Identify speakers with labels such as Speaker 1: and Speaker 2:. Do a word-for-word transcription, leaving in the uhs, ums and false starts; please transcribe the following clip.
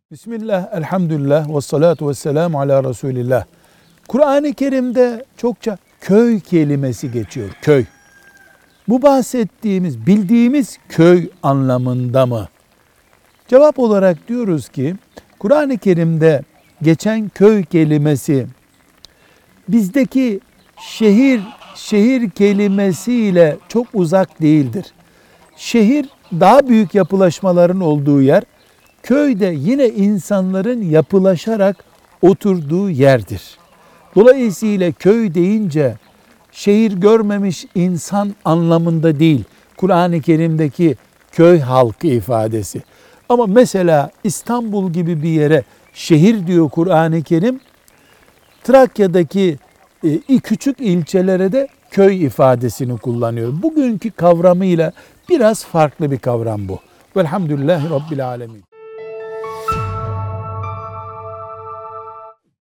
Speaker 1: Bismillah, elhamdülillah, ve salatu ve selamu ala Resulillah. Kur'an-ı Kerim'de çokça köy kelimesi geçiyor, köy. Bu bahsettiğimiz, bildiğimiz köy anlamında mı? Cevap olarak diyoruz ki, Kur'an-ı Kerim'de geçen köy kelimesi, bizdeki şehir, şehir kelimesiyle çok uzak değildir. Şehir, daha büyük yapılaşmaların olduğu yer, köyde yine insanların yapılaşarak oturduğu yerdir. Dolayısıyla köy deyince şehir görmemiş insan anlamında değil, Kur'an-ı Kerim'deki köy halkı ifadesi. Ama mesela İstanbul gibi bir yere şehir diyor Kur'an-ı Kerim, Trakya'daki e, küçük ilçelere de köy ifadesini kullanıyor. Bugünkü kavramıyla biraz farklı bir kavram bu. Velhamdülillahi Rabbil Alemin.